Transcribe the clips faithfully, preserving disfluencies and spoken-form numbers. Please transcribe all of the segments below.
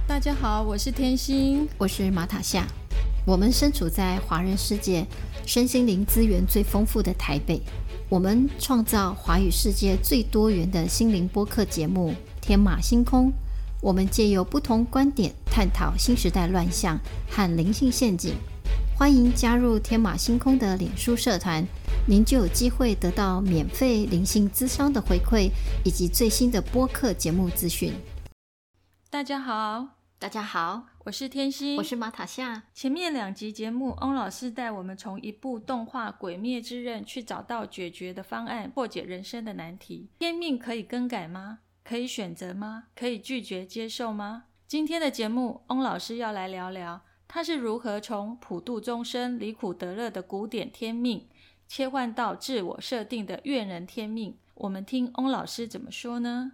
大家好，我是天心， 我是马塔夏。我们身处在华人世界身心灵资源最丰富的台北，我们创造华语世界最多元的心灵播客节目天马星空。我们借由不同观点探讨新时代乱象和灵性陷阱。欢迎加入天马星空的脸书社团，您就有机会得到免费灵性咨商的回馈，以及最新的播客节目资讯。 大家好， 大家好， 我是天心， 我是马塔夏。 前面两集节目，翁老师带我们从一部动画《鬼灭之刃》去找到解决的方案，破解人生的难题。天命可以更改吗？可以选择吗？可以拒绝接受吗？今天的节目，翁老师要来聊聊他是如何从普度众生、离苦得乐的古典天命，切换到自我设定的愿人天命。我们听翁老师怎么说呢？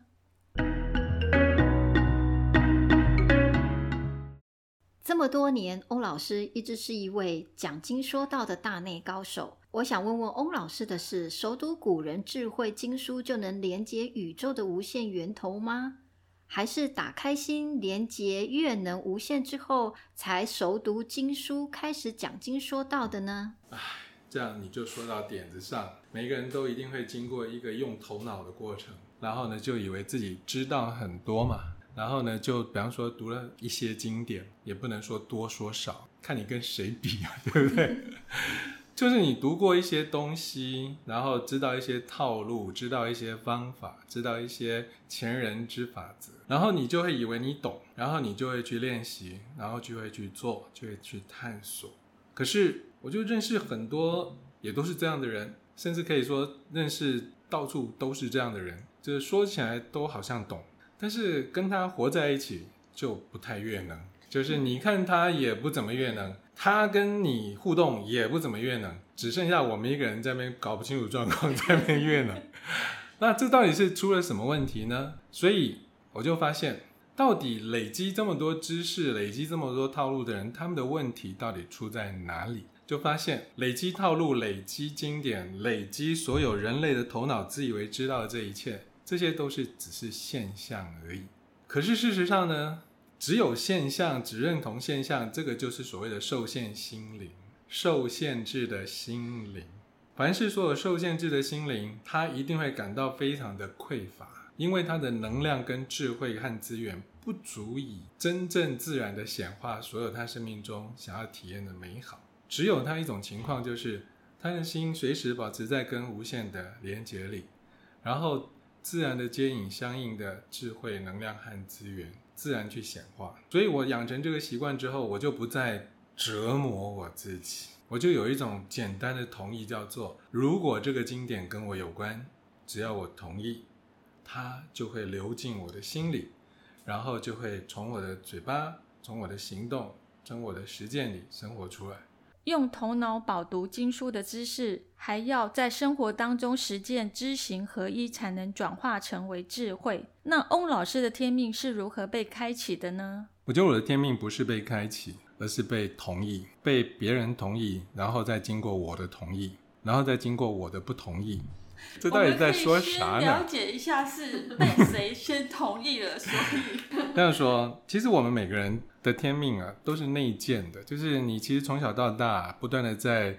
这么多年，翁老师一直是一位讲经说道的大内高手。我想问问翁老师的是，熟读古人智慧经书就能连接宇宙的无限源头吗？还是打开心连接愿能无限之后，才熟读经书开始讲经说道的呢？ 唉，这样你就说到点子上。每个人都一定会经过一个用头脑的过程，然后呢就以为自己知道很多嘛，然后呢就比方说读了一些经典，也不能说多说少，看你跟谁比啊，对不对？就是你读过一些东西，然后知道一些套路，知道一些方法，知道一些前人之法则，然后你就会以为你懂，然后你就会去练习，然后就会去做，就会去探索。可是我就认识很多也都是这样的人，甚至可以说认识到处都是这样的人，就是说起来都好像懂，但是跟他活在一起就不太悦能，就是你看他也不怎么悦能，他跟你互动也不怎么悦能，只剩下我们一个人在那边搞不清楚状况，在那边悦能。那这到底是出了什么问题呢？所以我就发现，到底累积这么多知识，累积这么多套路的人，他们的问题到底出在哪里？就发现累积套路、累积经典、累积所有人类的头脑自以为知道的这一切，这些都是只是现象而已。可是事实上呢，只有现象，只认同现象，这个就是所谓的受限心灵，受限制的心灵。凡是所有受限制的心灵，他一定会感到非常的匮乏，因为他的能量跟智慧和资源不足以真正自然的显化所有他生命中想要体验的美好。只有他一种情况，就是他的心随时保持在跟无限的连结里，然后自然的接引相应的智慧能量和资源，自然去显化。所以我养成这个习惯之后，我就不再折磨我自己，我就有一种简单的同意，叫做如果这个经典跟我有关，只要我同意，它就会流进我的心里，然后就会从我的嘴巴，从我的行动，从我的实践里生活出来。 用头脑饱读经书的知识，还要在生活当中实践知行合一，才能转化成为智慧。那翁老师的天命是如何被开启的呢？ 我觉得我的天命不是被开启，而是被同意，被别人同意，然后再经过我的同意，然后再经过我的不同意。这到底在说啥呢？ 我们可以先了解一下是被谁先同意了，所以这样说，其实我们每个人的天命啊，都是内建的，就是你其实从小到大不断的在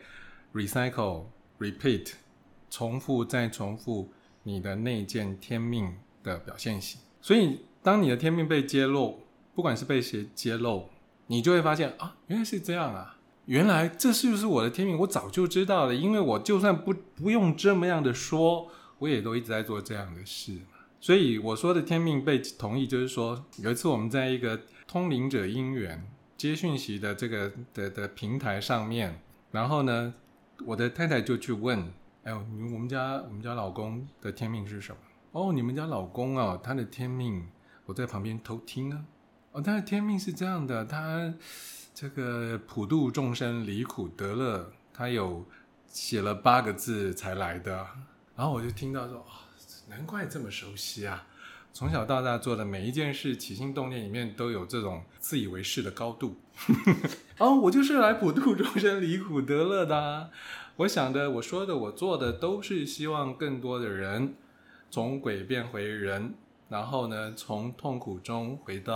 recycle、repeat 重复再重复你的内建天命的表现型。所以当你的天命被揭露，不管是被谁揭露，你就会发现啊，原来是这样啊，原来这是不是我的天命？我早就知道了，因为我就算不不用这么样的说，我也都一直在做这样的事嘛。所以我说的天命被同意，就是说有一次我们在一个通灵者因缘接讯息的这个 的, 的平台上面，然后呢，我的太太就去问，哎呦，我们家我们家老公的天命是什么？哦，你们家老公啊，他的天命，我在旁边偷听啊，哦，他的天命是这样的，他这个普度众生，离苦得乐，他有写了八个字才来的。然后我就听到说，哦，难怪这么熟悉啊！从小到大做的每一件事，起心动念里面都有这种自以为是的高度。哦，我就是来普度众生，离苦得乐的啊！我想的，我说的，我做的，都是希望更多的人从鬼变回人，然后呢，从痛苦中回到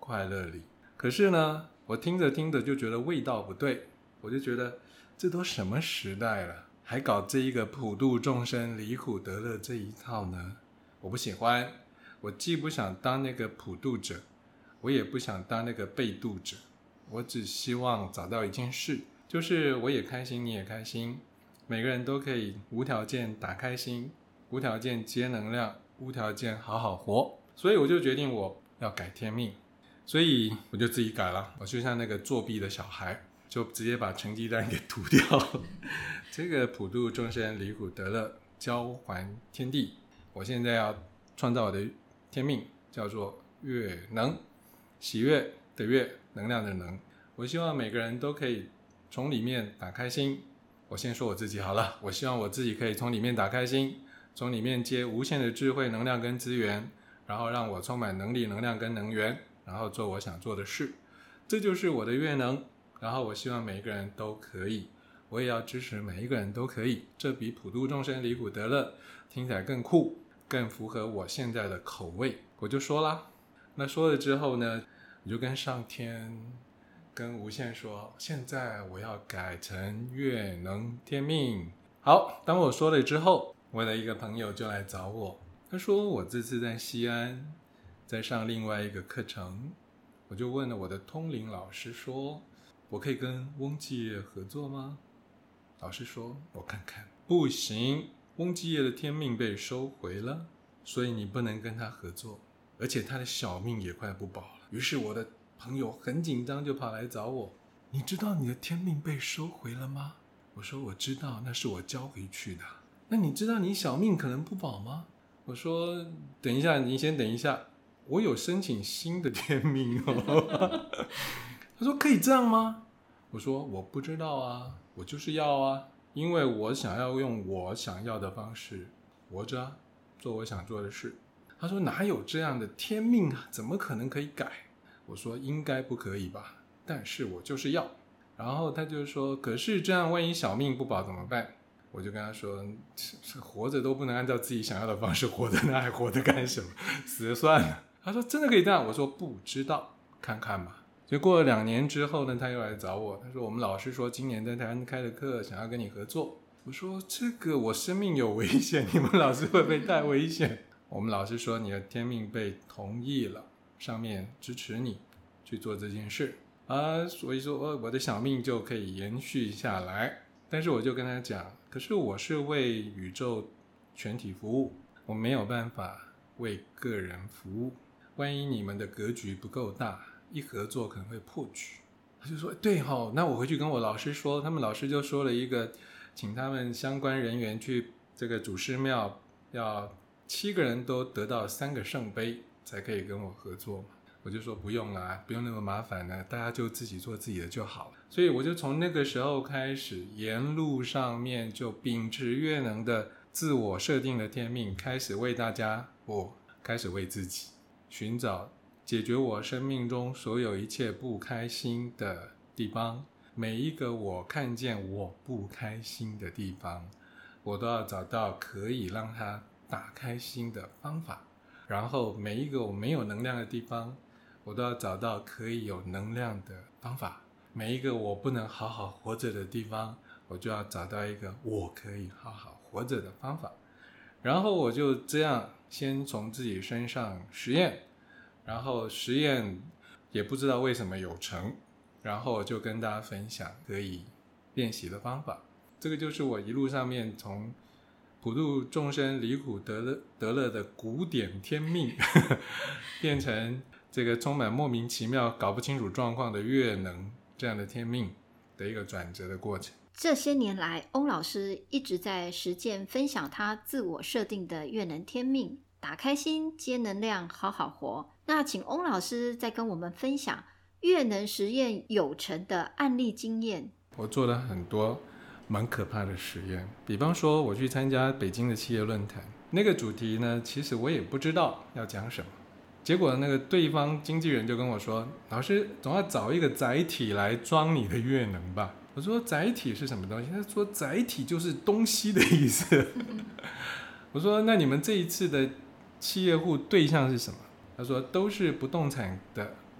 快乐里。可是呢，我听着听着就觉得味道不对，我就觉得这都什么时代了，还搞这一个普度众生离苦得乐这一套呢？我不喜欢，我既不想当那个普度者，我也不想当那个被度者，我只希望找到一件事，就是我也开心，你也开心，每个人都可以无条件打开心，无条件接能量，无条件好好活。所以我就决定我要改天命，所以我就自己改了。我就像那个作弊的小孩，就直接把成绩单给涂掉。这个普度众生离苦得乐，交还天地，我现在要创造我的天命，叫做悦能，喜悦的悦，能量的能。我希望每个人都可以从里面打开心。我先说我自己好了，我希望我自己可以从里面打开心，从里面接无限的智慧能量跟资源，然后让我充满能力能量跟能源，然后做我想做的事，这就是我的悦能。然后我希望每一个人都可以，我也要支持每一个人都可以，这比普度众生离苦得乐听起来更酷，更符合我现在的口味。我就说啦，那说了之后呢，我就跟上天跟无限说，现在我要改成悦能天命。好，当我说了之后，我的一个朋友就来找我，他说我这次在西安在上另外一个课程，我就问了我的通灵老师说，我可以跟翁继业合作吗？老师说，我看看，不行，翁继业的天命被收回了，所以你不能跟他合作，而且他的小命也快不保了。于是我的朋友很紧张，就跑来找我，你知道你的天命被收回了吗？我说我知道，那是我交回去的。那你知道你小命可能不保吗？我说等一下，你先等一下，我有申请新的天命哦。他说可以这样吗？我说我不知道啊，我就是要啊，因为我想要用我想要的方式活着，做我想做的事。他说哪有这样的天命啊，怎么可能可以改？我说应该不可以吧，但是我就是要。然后他就说可是这样万一小命不保怎么办？我就跟他说活着都不能按照自己想要的方式活着，那还活着干什么？死了算了。他说真的可以这样？我说不知道，看看吧。就过了两年之后呢，他又来找我，他说我们老师说今年在台湾开的课想要跟你合作。我说这个我生命有危险，你们老师会不会太危险？我们老师说你的天命被同意了，上面支持你去做这件事啊，所以说我的小命就可以延续下来。但是我就跟他讲，可是我是为宇宙全体服务，我没有办法为个人服务，万一你们的格局不够大，一合作可能会破局。他就说对齁，那我回去跟我老师说，他们老师就说了一个，请他们相关人员去这个祖师庙，要七个人都得到三个圣杯才可以跟我合作嘛。我就说不用啦，不用那么麻烦呢，大家就自己做自己的就好了。所以我就从那个时候开始，沿路上面就秉持悦能的自我设定的天命，开始为大家，我开始为自己寻找解决我生命中所有一切不开心的地方。每一个我看见我不开心的地方，我都要找到可以让它打开心的方法。然后每一个我没有能量的地方，我都要找到可以有能量的方法。每一个我不能好好活着的地方，我就要找到一个我可以好好活着的方法。然后我就这样先从自己身上实验，然后实验也不知道为什么有成，然后就跟大家分享可以练习的方法。这个就是我一路上面从普度众生离苦得乐得乐的古典天命变成这个充满莫名其妙搞不清楚状况的悦能这样的天命的一个转折的过程。 这些年来，翁老师一直在实践分享他自我设定的悦能天命，打开心，接能量，好好活。那请翁老师再跟我们分享悦能实验有成的案例经验。 我做了很多蛮可怕的实验，比方说我去参加北京的企业论坛，那个主题呢，其实我也不知道要讲什么，结果那个对方经纪人就跟我说，老师总要找一个载体来装你的悦能吧。我说载体是什么东西？他说载体就是东西的意思。我说那你们这一次的企业户对象是什么？他说都是不动产的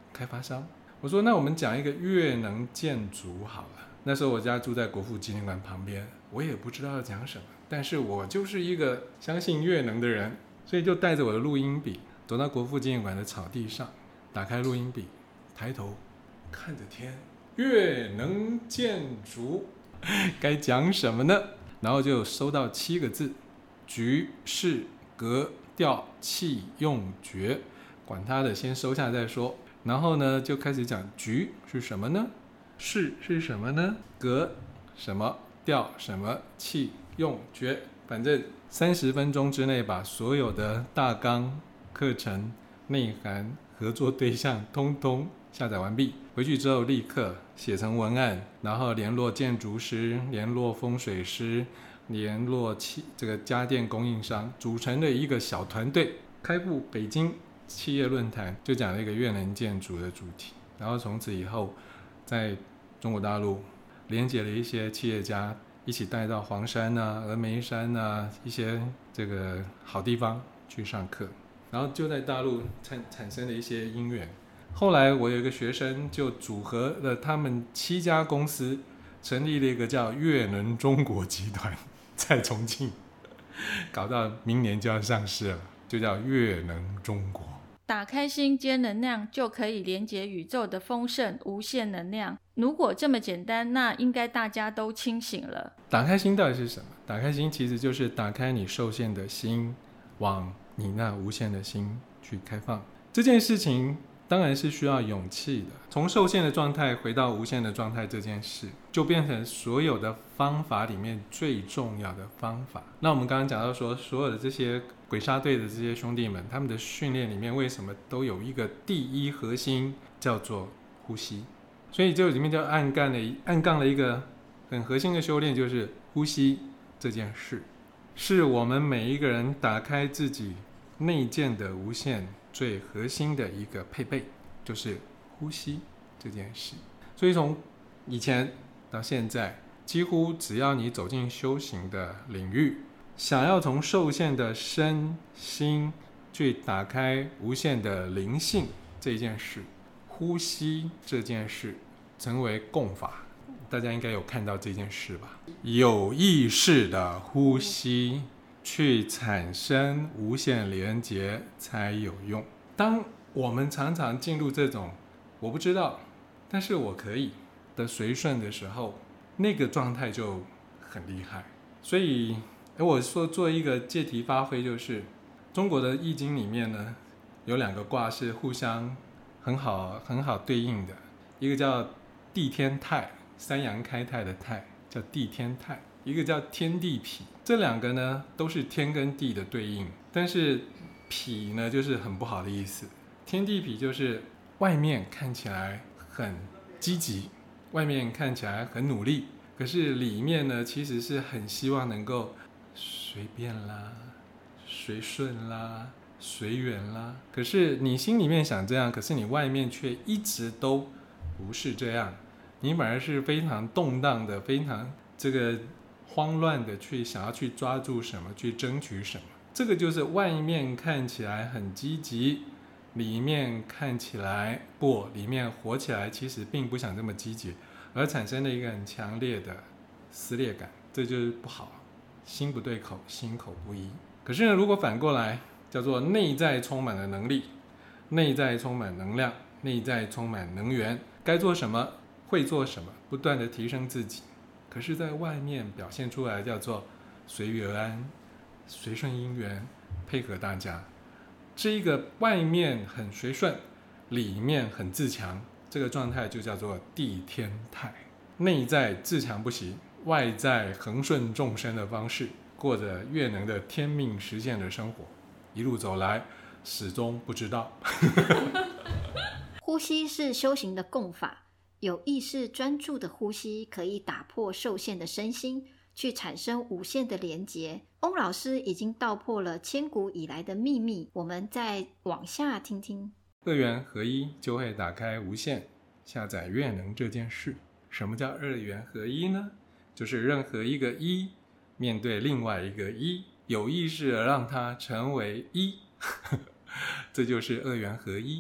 开发商。我说那我们讲一个越能建筑好了。那时候我家住在国父纪念馆旁边，我也不知道要讲什么，但是我就是一个相信越能的人，所以就带着我的录音笔走到国父纪念馆的草地上，打开录音笔，抬头看着天，越能建筑该讲什么呢？然后就收到七个字：局式格调器用诀，管他的，先收下再说。然后呢，就开始讲局是什么呢？式是什么呢？格什么？调什么？器用诀。反正三十分钟之内把所有的大纲、课程、内涵、合作对象通通下载完毕。回去之后立刻写成文案，然后联络建筑师、联络风水师、联络企这个家电供应商，组成的一个小团队，开赴北京企业论坛，就讲了一个越能建筑的主题。然后从此以后，在中国大陆连接了一些企业家，一起带到黄山啊、峨眉山啊一些这个好地方去上课，然后就在大陆产产生了一些因缘。后来我有一个学生就组合了他们七家公司，成立了一个叫越能中国集团，在重庆，搞到明年就要上市了，就叫越能中国。 打开心接能量，就可以连接宇宙的丰盛无限能量。如果这么简单，那应该大家都清醒了。 打开心到底是什么？打开心其实就是打开你受限的心，往你那无限的心去开放。这件事情当然是需要勇气的，从受限的状态回到无限的状态，这件事就变成所有的方法里面最重要的方法。那我们刚刚讲到说，所有的这些鬼杀队的这些兄弟们，他们的训练里面为什么都有一个第一核心叫做呼吸？所以这里面就暗杠了暗杠了一个很核心的修炼，就是呼吸这件事，是我们每一个人打开自己内建的无限最核心的一个配备，就是呼吸这件事。所以从以前到现在，几乎只要你走进修行的领域，想要从受限的身心去打开无限的灵性这件事，呼吸这件事成为共法。大家应该有看到这件事吧？有意识的呼吸去产生无限连结才有用。当我们常常进入这种我不知道但是我可以的随顺的时候，那个状态就很厉害。所以我说做一个借题发挥，就是中国的易经里面呢，有两个卦是互相很好很好对应的，一个叫地天泰，三阳开泰的泰叫地天泰，一个叫天地痞。这两个呢都是天跟地的对应，但是痞呢就是很不好的意思。天地痞就是外面看起来很积极，外面看起来很努力，可是里面呢其实是很希望能够随便啦、随顺啦、随缘啦。可是你心里面想这样，可是你外面却一直都不是这样，你反而是非常动荡的，非常这个慌乱的去想要去抓住什么，去争取什么。这个就是外面看起来很积极，里面看起来不，里面活起来其实并不想这么积极，而产生了一个很强烈的撕裂感，这就是不好，心不对口，心口不一。可是呢，如果反过来叫做内在充满了能力，内在充满能量，内在充满能源，该做什么会做什么，不断的提升自己。可是在外面表现出来叫做随遇而安，随顺因缘，配合大家。这一个外面很随顺，里面很自强，这个状态就叫做地天泰。内在自强不息，外在恒顺众生的方式，过着越能的天命实现的生活。一路走来，始终不知道。 呼吸是修行的共法，有意识专注的呼吸可以打破受限的身心，去产生无限的连结。翁老师已经道破了千古以来的秘密，我们再往下听听。 二元合一就会打开无限，下载越能这件事。什么叫二元合一呢？就是任何一个一面对另外一个一，有意识地让它成为一这就是二元合一。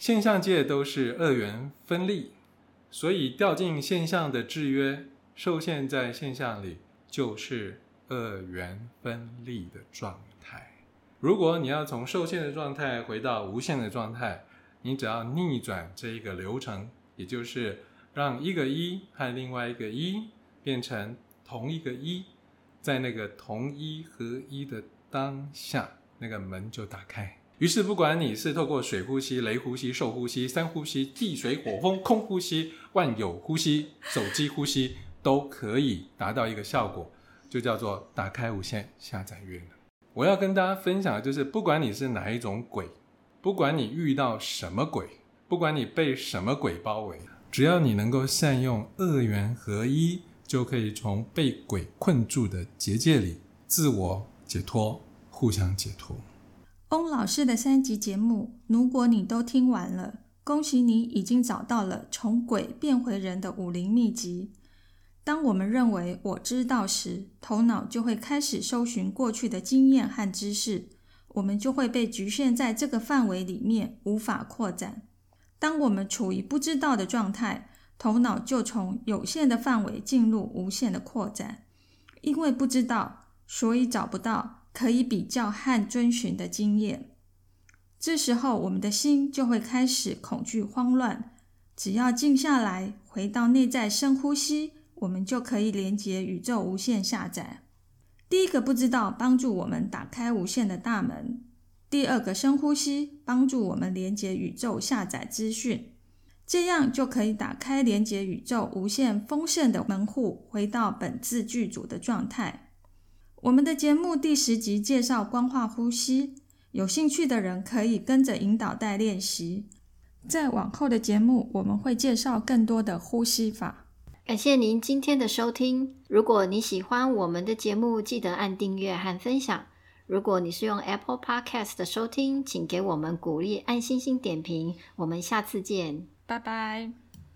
现象界都是二元分立，所以掉进现象的制约，受限在现象里，就是二元分立的状态。如果你要从受限的状态回到无限的状态，你只要逆转这一个流程，也就是让一个一和另外一个一变成同一个一，在那个同一合一的当下，那个门就打开。于是不管你是透过水呼吸、雷呼吸、兽呼吸、三呼吸、地水火风空呼吸、万有呼吸、手机呼吸，都可以达到一个效果，就叫做打开无限，下载越能。我要跟大家分享的就是，不管你是哪一种鬼，不管你遇到什么鬼，不管你被什么鬼包围，只要你能够善用二元合一，就可以从被鬼困住的结界里自我解脱，互相解脱。 翁老师的三集节目，如果你都听完了，恭喜你已经找到了从鬼变回人的武林秘籍。当我们认为我知道时，头脑就会开始搜寻过去的经验和知识，我们就会被局限在这个范围里面，无法扩展。当我们处于不知道的状态，头脑就从有限的范围进入无限的扩展。因为不知道，所以找不到可以比较和遵循的经验。这时候我们的心就会开始恐惧慌乱，只要静下来，回到内在深呼吸，我们就可以连接宇宙无限下载。第一个不知道帮助我们打开无限的大门，第二个深呼吸帮助我们连接宇宙下载资讯，这样就可以打开连接宇宙无限丰盛的门户，回到本自具足的状态。我们的节目第十集介绍光化呼吸，有兴趣的人可以跟着引导带练习。在往后的节目，我们会介绍更多的呼吸法。 感谢您今天的收听。如果你喜欢我们的节目，记得按订阅和分享。如果你是用 Apple Podcast 的收听，请给我们鼓励，按星星点评。我们下次见， 拜拜。